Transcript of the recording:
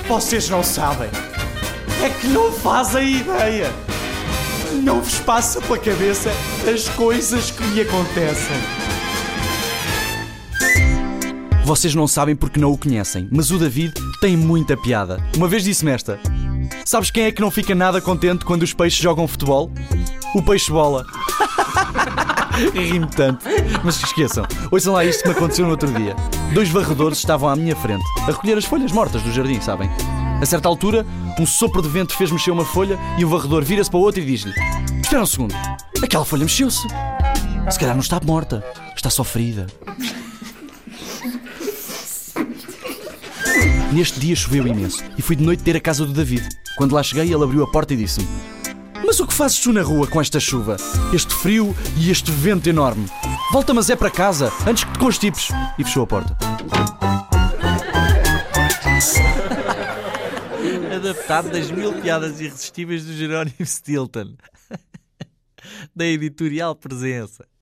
Vocês não sabem. É que não fazem ideia. Não vos passa pela cabeça as coisas que me acontecem. Vocês não sabem porque não o conhecem, mas o David tem muita piada. Uma vez disse-me esta: sabes quem é que não fica nada contente quando os peixes jogam futebol? O peixe-bola. Ri-me tanto. Mas esqueçam, ouçam lá isto que me aconteceu no outro dia. 2 varredores estavam à minha frente a recolher as folhas mortas do jardim, sabem? A certa altura, um sopro de vento fez mexer uma folha e o varredor vira-se para o outro e diz-lhe: espera um segundo, aquela folha mexeu-se. Se calhar não está morta, está só ferida. Neste dia choveu imenso e fui de noite ter a casa do David. Quando lá cheguei, ele abriu a porta e disse-me: mas o que fazes tu na rua com esta chuva? Este frio e este vento enorme. Volta, mas é para casa, antes que te constipes. E fechou a porta. Adaptado das 1000 piadas irresistíveis do Jerónimo Stilton. Da editorial Presença.